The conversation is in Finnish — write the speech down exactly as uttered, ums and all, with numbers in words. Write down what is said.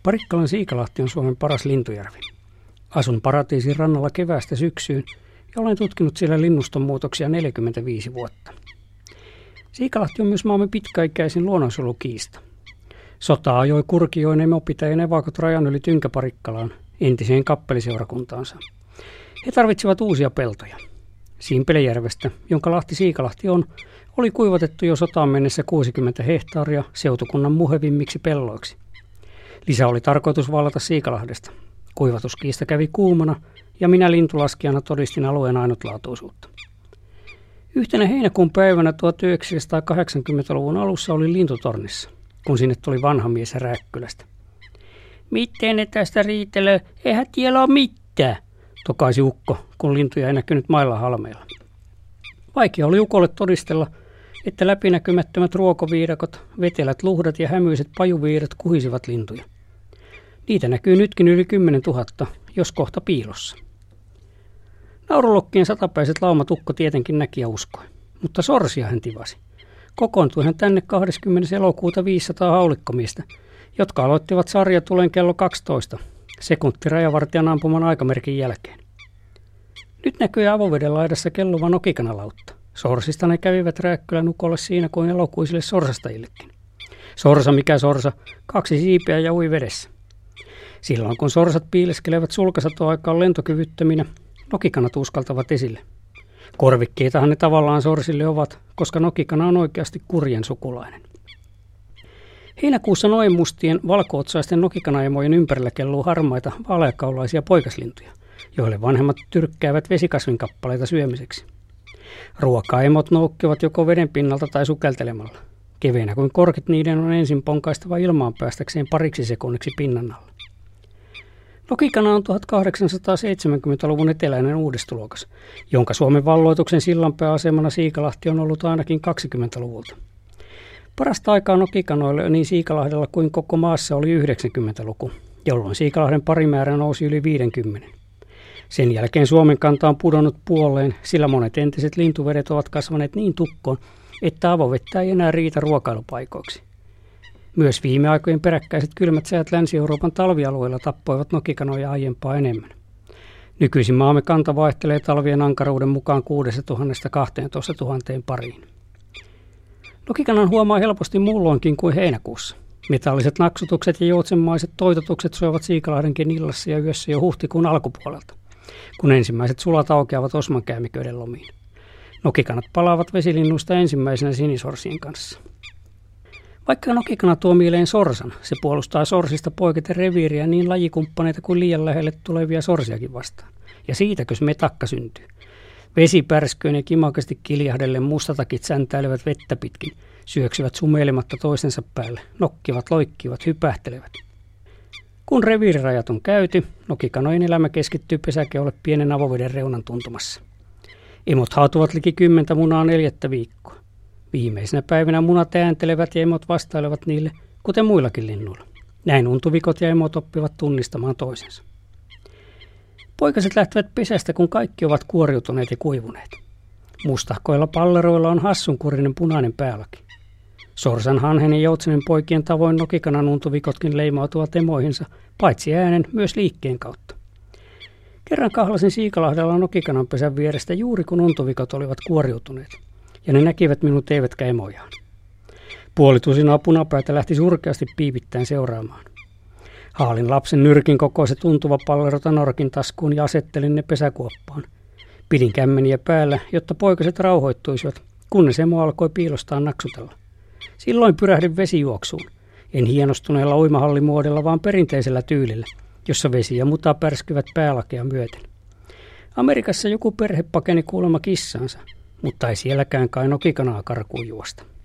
Parikkalan Siikalahti on Suomen paras lintujärvi. Asun paratiisin rannalla keväästä syksyyn ja olen tutkinut siellä linnustonmuutoksia neljäkymmentäviisi vuotta. Siikalahti on myös maamme pitkäikäisin luonnonsuojelukiista. Sota ajoi Kurkijoen emopitäjän evakot rajan yli Tynkäparikkalaan, entiseen kappeliseurakuntaansa. He tarvitsivat uusia peltoja. Simpelejärvestä, jonka lahti Siikalahti on, oli kuivatettu jo sotaan mennessä kuusikymmentä hehtaaria seutukunnan muhevimmiksi pelloiksi. Lisä oli tarkoitus vallata Siikalahdesta. Kuivatuskiista kävi kuumana ja minä lintulaskijana todistin alueen ainutlaatuisuutta. Yhtenä heinäkuun päivänä tuhatyhdeksänsataakahdeksankymmentäluvun alussa oli lintutornissa, kun sinne tuli vanha mies Rääkkylästä. "Miten ne tästä riitelee? Eihän tiellä ole mitään", tokaisi ukko, kun lintuja ei näkynyt mailla halmeilla. Vaikea oli ukolle todistella, että läpinäkymättömät ruokoviidakot, vetelät luhdat ja hämyiset pajuviidat kuhisivat lintuja. Niitä näkyy nytkin yli kymmenen tuhatta, jos kohta piilossa. Naurulokkien satapäiset laumat ukko tietenkin näki ja uskoi, mutta sorsia hän tivasi. Kokoontui hän tänne kahdeskymmenes elokuuta viisisataa haulikkomiestä, jotka aloittivat sarjatulen kello kaksitoista, sekunti rajavartijan ampuman aikamerkin jälkeen. Nyt näkyy avoveden laidassa kelluva nokikanalautta. Sorsista ne kävivät Rääkkylän ukolle siinä kuin elokuisille sorsastajillekin. Sorsa mikä sorsa, kaksi siipeä ja ui vedessä. Silloin kun sorsat piileskelevät sulkasatoaikaan lentokyvyttöminä, nokikanat uskaltavat esille. Korvikkeitahan ne tavallaan sorsille ovat, koska nokikana on oikeasti kurjen sukulainen. Heinäkuussa noinmustien valkootsaisten nokikanaemojen ympärillä kelluu harmaita vaaleakaulaisia poikaslintuja, joille vanhemmat tyrkkäävät vesikasvinkappaleita syömiseksi. Ruokaemot noukkivat joko veden pinnalta tai sukeltelemalla. Keveinä kuin korkit niiden on ensin ponkaistava ilmaan päästäkseen pariksi sekunniksi pinnan alla. Nokikana on tuhatkahdeksansataaseitsemänkymmentäluvun eteläinen uudistulokas, jonka Suomen valloituksen sillanpääasemana Siikalahti on ollut ainakin kaksikymmentäluvulta. Parasta aikaa nokikanoille niin Siikalahdella kuin koko maassa oli yhdeksänkymmentäluku, jolloin Siikalahden parimäärä nousi yli viisikymmentä. Sen jälkeen Suomen kanta on pudonnut puoleen, sillä monet entiset lintuvedet ovat kasvaneet niin tukkoon, että avovettä ei enää riitä ruokailupaikoiksi. Myös viime aikojen peräkkäiset kylmät säät Länsi-Euroopan talvialueilla tappoivat nokikanoja aiempaa enemmän. Nykyisin maamme kanta vaihtelee talvien ankaruuden mukaan kuudestatuhannesta kahteentoistatuhanteen pariin. Nokikanan huomaa helposti muulloinkin kuin heinäkuussa. Metalliset naksutukset ja joutsenmaiset toitotukset soivat Siikalahdenkin illassa ja yössä jo huhtikuun alkupuolelta, kun ensimmäiset sulat aukeavat osmankäämiköiden lomiin. Nokikanat palaavat vesilinnuista ensimmäisenä sinisorsien kanssa. Vaikka nokikana tuo mieleen sorsan, se puolustaa sorsista poiketen reviiriä niin lajikumppaneita kuin liian lähelle tulevia sorsiakin vastaan. Ja siitäkös metakka syntyy. Vesipärsköön ja kimakasti kiljahdellen mustatakit säntäilevät vettä pitkin, syöksyvät sumeilematta toistensa päälle, nokkivat, loikkivat, hypähtelevät. Kun reviirirajat on käyty, nokikanojen elämä keskittyy pesäkeolle pienen avoveden reunan tuntumassa. Emot hautuvat liki kymmentä munaa neljättä viikkoa. Viimeisenä päivinä munat ääntelevät ja emot vastailevat niille, kuten muillakin linnuilla. Näin untuvikot ja emot oppivat tunnistamaan toisensa. Poikaset lähtevät pesästä, kun kaikki ovat kuoriutuneet ja kuivuneet. Mustahkoilla palleroilla on hassunkurinen punainen päälaki. Sorsan, hanhen ja joutsenen poikien tavoin nokikanan untuvikotkin leimautuvat emoihinsa, paitsi äänen myös liikkeen kautta. Kerran kahlasin Siikalahdella nokikanan pesän vierestä juuri kun untuvikot olivat kuoriutuneet, ja ne näkivät minut eivätkä emojaan. Puolitusinaa punapäätä lähti surkeasti piipittäen seuraamaan. Haalin lapsen nyrkin kokoiset tuntuva pallerota norkin taskuun ja asettelin ne pesäkuoppaan. Pidin kämmeniä päällä, jotta poikaset rauhoittuisivat, kunnes emo alkoi piilostaan naksutella. Silloin pyrähdin vesijuoksuun, en hienostuneella uimahallimuodella, vaan perinteisellä tyylillä, jossa vesi ja muta pärskyvät päälakea myöten. Amerikassa joku perhe pakeni kuulemma kissansa, mutta ei sielläkään kai nokikanaa karkuun juosta.